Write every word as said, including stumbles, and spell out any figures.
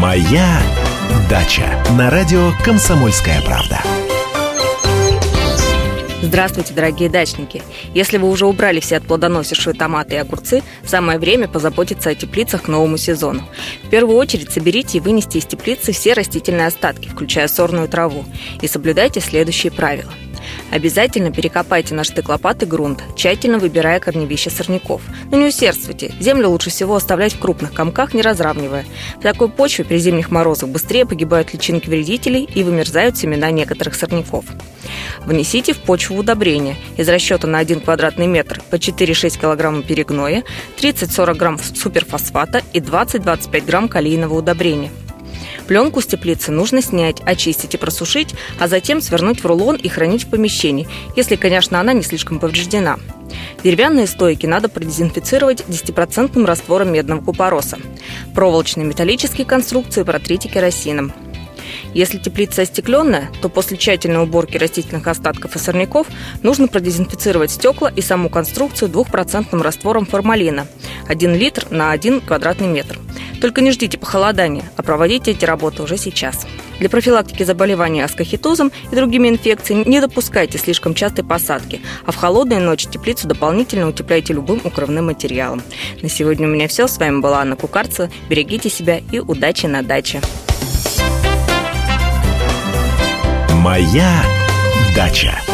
Моя дача на радио «Комсомольская правда». Здравствуйте, дорогие дачники! Если вы уже убрали все отплодоносившие томаты и огурцы, самое время позаботиться о теплицах к новому сезону. В первую очередь соберите и вынесите из теплицы все растительные остатки, включая сорную траву, и соблюдайте следующие правила. Обязательно перекопайте на штык лопаты грунт, тщательно выбирая корневища сорняков. Но не усердствуйте, землю лучше всего оставлять в крупных комках, не разравнивая. В такой почве при зимних морозах быстрее погибают личинки вредителей и вымерзают семена некоторых сорняков. Внесите в почву удобрения из расчета на один квадратный метр по четыре-шесть килограммов перегноя, тридцать-сорок грамм суперфосфата и двадцать-двадцать пять грамм калийного удобрения. Пленку с теплицы нужно снять, очистить и просушить, а затем свернуть в рулон и хранить в помещении, если, конечно, она не слишком повреждена. Деревянные стойки надо продезинфицировать десятипроцентным раствором медного купороса. Проволочные металлические конструкции протрите керосином. Если теплица остекленная, то после тщательной уборки растительных остатков и сорняков нужно продезинфицировать стекла и саму конструкцию двухпроцентным раствором формалина один литр на один квадратный метр. Только не ждите похолодания, а проводите эти работы уже сейчас. Для профилактики заболеваний аскохитозом и другими инфекциями не допускайте слишком частой посадки, а в холодные ночи теплицу дополнительно утепляйте любым укрывным материалом. На сегодня у меня все. С вами была Анна Кукарцева. Берегите себя и удачи на даче. Моя дача.